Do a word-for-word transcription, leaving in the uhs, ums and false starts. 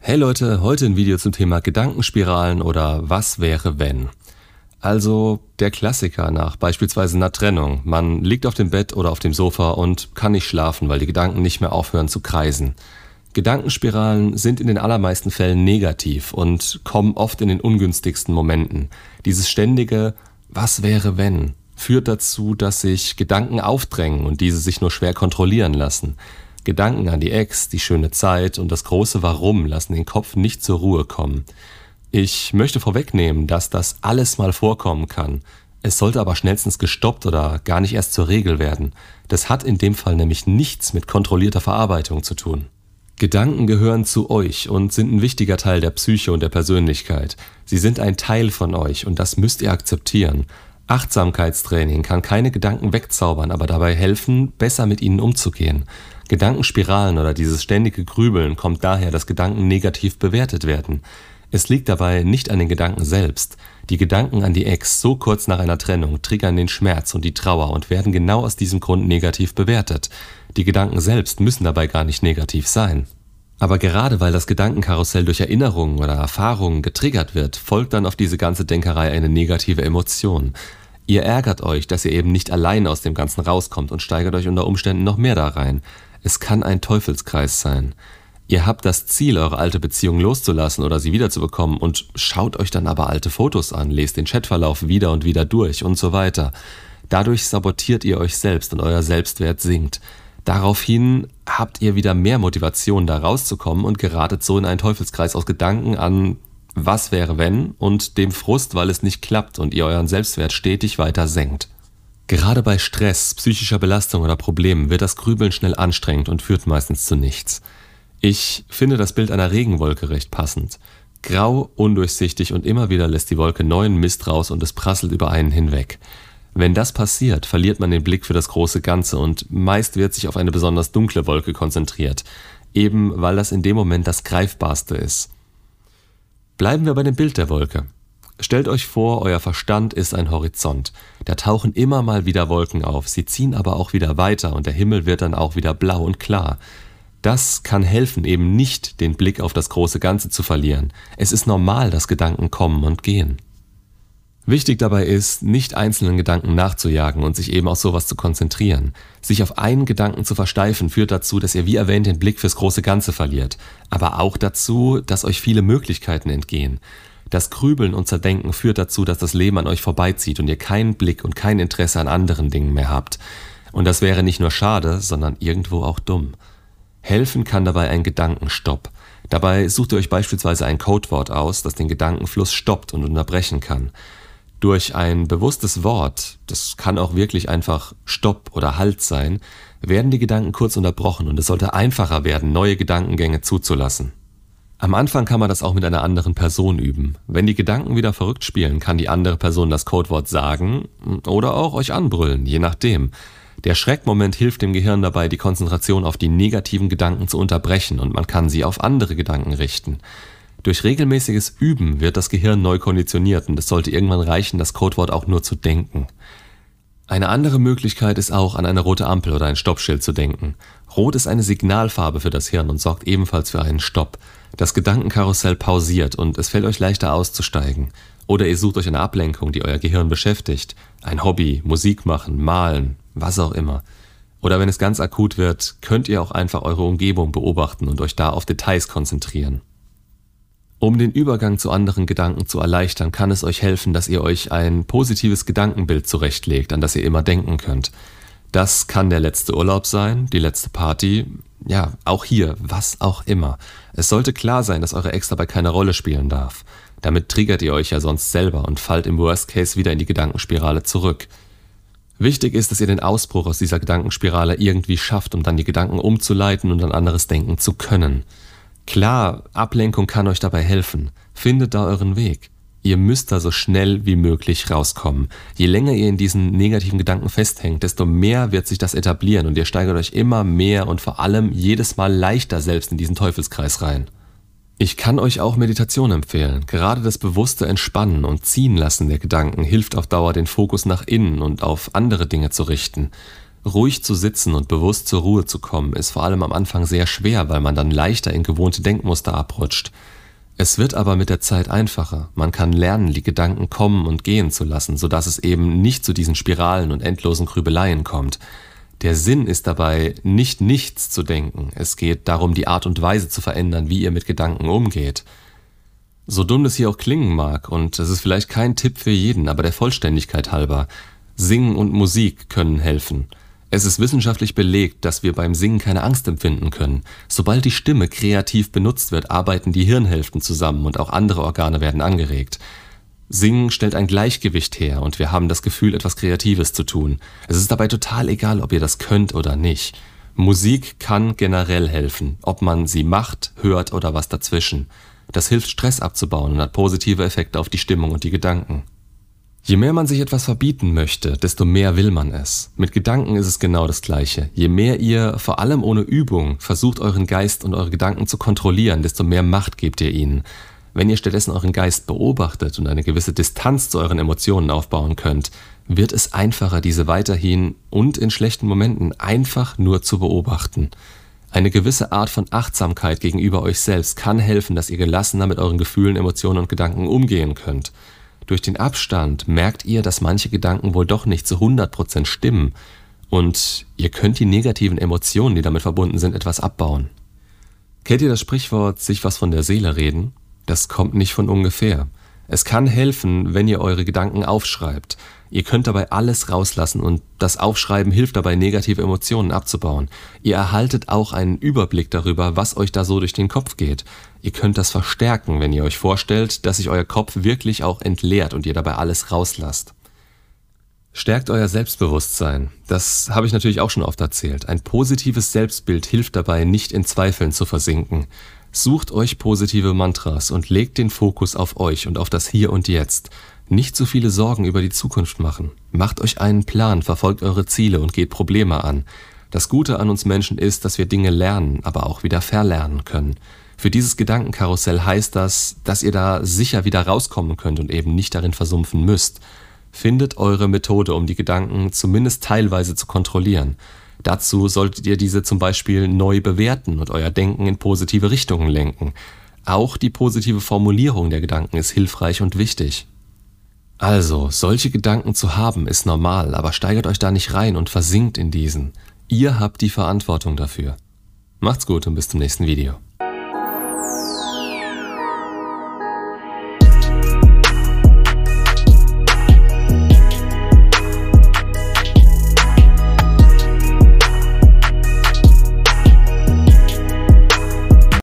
Hey Leute, heute ein Video zum Thema Gedankenspiralen oder was wäre wenn. Also der Klassiker nach beispielsweise einer Trennung. Man liegt auf dem Bett oder auf dem Sofa und kann nicht schlafen, weil die Gedanken nicht mehr aufhören zu kreisen. Gedankenspiralen sind in den allermeisten Fällen negativ und kommen oft in den ungünstigsten Momenten. Dieses ständige Was wäre wenn führt dazu, dass sich Gedanken aufdrängen und diese sich nur schwer kontrollieren lassen. Gedanken an die Ex, die schöne Zeit und das große Warum lassen den Kopf nicht zur Ruhe kommen. Ich möchte vorwegnehmen, dass das alles mal vorkommen kann. Es sollte aber schnellstens gestoppt oder gar nicht erst zur Regel werden. Das hat in dem Fall nämlich nichts mit kontrollierter Verarbeitung zu tun. Gedanken gehören zu euch und sind ein wichtiger Teil der Psyche und der Persönlichkeit. Sie sind ein Teil von euch und das müsst ihr akzeptieren. Achtsamkeitstraining kann keine Gedanken wegzaubern, aber dabei helfen, besser mit ihnen umzugehen. Gedankenspiralen oder dieses ständige Grübeln kommt daher, dass Gedanken negativ bewertet werden. Es liegt dabei nicht an den Gedanken selbst. Die Gedanken an die Ex so kurz nach einer Trennung triggern den Schmerz und die Trauer und werden genau aus diesem Grund negativ bewertet. Die Gedanken selbst müssen dabei gar nicht negativ sein. Aber gerade weil das Gedankenkarussell durch Erinnerungen oder Erfahrungen getriggert wird, folgt dann auf diese ganze Denkerei eine negative Emotion. Ihr ärgert euch, dass ihr eben nicht allein aus dem Ganzen rauskommt und steigert euch unter Umständen noch mehr da rein. Es kann ein Teufelskreis sein. Ihr habt das Ziel, eure alte Beziehung loszulassen oder sie wiederzubekommen und schaut euch dann aber alte Fotos an, lest den Chatverlauf wieder und wieder durch und so weiter. Dadurch sabotiert ihr euch selbst und euer Selbstwert sinkt. Daraufhin habt ihr wieder mehr Motivation, da rauszukommen und geratet so in einen Teufelskreis aus Gedanken an was wäre wenn und dem Frust, weil es nicht klappt und ihr euren Selbstwert stetig weiter senkt. Gerade bei Stress, psychischer Belastung oder Problemen wird das Grübeln schnell anstrengend und führt meistens zu nichts. Ich finde das Bild einer Regenwolke recht passend. Grau, undurchsichtig und immer wieder lässt die Wolke neuen Mist raus und es prasselt über einen hinweg. Wenn das passiert, verliert man den Blick für das große Ganze und meist wird sich auf eine besonders dunkle Wolke konzentriert, eben weil das in dem Moment das Greifbarste ist. Bleiben wir bei dem Bild der Wolke. Stellt euch vor, euer Verstand ist ein Horizont. Da tauchen immer mal wieder Wolken auf, sie ziehen aber auch wieder weiter und der Himmel wird dann auch wieder blau und klar. Das kann helfen, eben nicht den Blick auf das große Ganze zu verlieren. Es ist normal, dass Gedanken kommen und gehen. Wichtig dabei ist, nicht einzelnen Gedanken nachzujagen und sich eben auf sowas zu konzentrieren. Sich auf einen Gedanken zu versteifen, führt dazu, dass ihr wie erwähnt den Blick fürs große Ganze verliert. Aber auch dazu, dass euch viele Möglichkeiten entgehen. Das Grübeln und Zerdenken führt dazu, dass das Leben an euch vorbeizieht und ihr keinen Blick und kein Interesse an anderen Dingen mehr habt. Und das wäre nicht nur schade, sondern irgendwo auch dumm. Helfen kann dabei ein Gedankenstopp. Dabei sucht ihr euch beispielsweise ein Codewort aus, das den Gedankenfluss stoppt und unterbrechen kann. Durch ein bewusstes Wort, das kann auch wirklich einfach Stopp oder Halt sein, werden die Gedanken kurz unterbrochen und es sollte einfacher werden, neue Gedankengänge zuzulassen. Am Anfang kann man das auch mit einer anderen Person üben. Wenn die Gedanken wieder verrückt spielen, kann die andere Person das Codewort sagen oder auch euch anbrüllen, je nachdem. Der Schreckmoment hilft dem Gehirn dabei, die Konzentration auf die negativen Gedanken zu unterbrechen und man kann sie auf andere Gedanken richten. Durch regelmäßiges Üben wird das Gehirn neu konditioniert und es sollte irgendwann reichen, das Codewort auch nur zu denken. Eine andere Möglichkeit ist auch, an eine rote Ampel oder ein Stoppschild zu denken. Rot ist eine Signalfarbe für das Hirn und sorgt ebenfalls für einen Stopp. Das Gedankenkarussell pausiert und es fällt euch leichter auszusteigen. Oder ihr sucht euch eine Ablenkung, die euer Gehirn beschäftigt. Ein Hobby, Musik machen, malen, was auch immer. Oder wenn es ganz akut wird, könnt ihr auch einfach eure Umgebung beobachten und euch da auf Details konzentrieren. Um den Übergang zu anderen Gedanken zu erleichtern, kann es euch helfen, dass ihr euch ein positives Gedankenbild zurechtlegt, an das ihr immer denken könnt. Das kann der letzte Urlaub sein, die letzte Party, ja, auch hier, was auch immer. Es sollte klar sein, dass eure Ex dabei keine Rolle spielen darf. Damit triggert ihr euch ja sonst selber und fallt im Worst Case wieder in die Gedankenspirale zurück. Wichtig ist, dass ihr den Ausbruch aus dieser Gedankenspirale irgendwie schafft, um dann die Gedanken umzuleiten und an anderes denken zu können. Klar, Ablenkung kann euch dabei helfen. Findet da euren Weg. Ihr müsst da so schnell wie möglich rauskommen. Je länger ihr in diesen negativen Gedanken festhängt, desto mehr wird sich das etablieren und ihr steigert euch immer mehr und vor allem jedes Mal leichter selbst in diesen Teufelskreis rein. Ich kann euch auch Meditation empfehlen. Gerade das bewusste Entspannen und Ziehen lassen der Gedanken hilft auf Dauer, den Fokus nach innen und auf andere Dinge zu richten. Ruhig zu sitzen und bewusst zur Ruhe zu kommen, ist vor allem am Anfang sehr schwer, weil man dann leichter in gewohnte Denkmuster abrutscht. Es wird aber mit der Zeit einfacher. Man kann lernen, die Gedanken kommen und gehen zu lassen, sodass es eben nicht zu diesen Spiralen und endlosen Grübeleien kommt. Der Sinn ist dabei, nicht nichts zu denken. Es geht darum, die Art und Weise zu verändern, wie ihr mit Gedanken umgeht. So dumm das hier auch klingen mag, und es ist vielleicht kein Tipp für jeden, aber der Vollständigkeit halber: Singen und Musik können helfen. Es ist wissenschaftlich belegt, dass wir beim Singen keine Angst empfinden können. Sobald die Stimme kreativ benutzt wird, arbeiten die Hirnhälften zusammen und auch andere Organe werden angeregt. Singen stellt ein Gleichgewicht her und wir haben das Gefühl, etwas Kreatives zu tun. Es ist dabei total egal, ob ihr das könnt oder nicht. Musik kann generell helfen, ob man sie macht, hört oder was dazwischen. Das hilft, Stress abzubauen und hat positive Effekte auf die Stimmung und die Gedanken. Je mehr man sich etwas verbieten möchte, desto mehr will man es. Mit Gedanken ist es genau das Gleiche. Je mehr ihr, vor allem ohne Übung, versucht, euren Geist und eure Gedanken zu kontrollieren, desto mehr Macht gebt ihr ihnen. Wenn ihr stattdessen euren Geist beobachtet und eine gewisse Distanz zu euren Emotionen aufbauen könnt, wird es einfacher, diese weiterhin und in schlechten Momenten einfach nur zu beobachten. Eine gewisse Art von Achtsamkeit gegenüber euch selbst kann helfen, dass ihr gelassener mit euren Gefühlen, Emotionen und Gedanken umgehen könnt. Durch den Abstand merkt ihr, dass manche Gedanken wohl doch nicht zu hundert Prozent stimmen und ihr könnt die negativen Emotionen, die damit verbunden sind, etwas abbauen. Kennt ihr das Sprichwort, sich was von der Seele reden? Das kommt nicht von ungefähr. Es kann helfen, wenn ihr eure Gedanken aufschreibt. Ihr könnt dabei alles rauslassen und das Aufschreiben hilft dabei, negative Emotionen abzubauen. Ihr erhaltet auch einen Überblick darüber, was euch da so durch den Kopf geht. Ihr könnt das verstärken, wenn ihr euch vorstellt, dass sich euer Kopf wirklich auch entleert und ihr dabei alles rauslasst. Stärkt euer Selbstbewusstsein. Das habe ich natürlich auch schon oft erzählt. Ein positives Selbstbild hilft dabei, nicht in Zweifeln zu versinken. Sucht euch positive Mantras und legt den Fokus auf euch und auf das Hier und Jetzt. Nicht zu viele Sorgen über die Zukunft machen. Macht euch einen Plan, verfolgt eure Ziele und geht Probleme an. Das Gute an uns Menschen ist, dass wir Dinge lernen, aber auch wieder verlernen können. Für dieses Gedankenkarussell heißt das, dass ihr da sicher wieder rauskommen könnt und eben nicht darin versumpfen müsst. Findet eure Methode, um die Gedanken zumindest teilweise zu kontrollieren. Dazu solltet ihr diese zum Beispiel neu bewerten und euer Denken in positive Richtungen lenken. Auch die positive Formulierung der Gedanken ist hilfreich und wichtig. Also, solche Gedanken zu haben ist normal, aber steigert euch da nicht rein und versinkt in diesen. Ihr habt die Verantwortung dafür. Macht's gut und bis zum nächsten Video.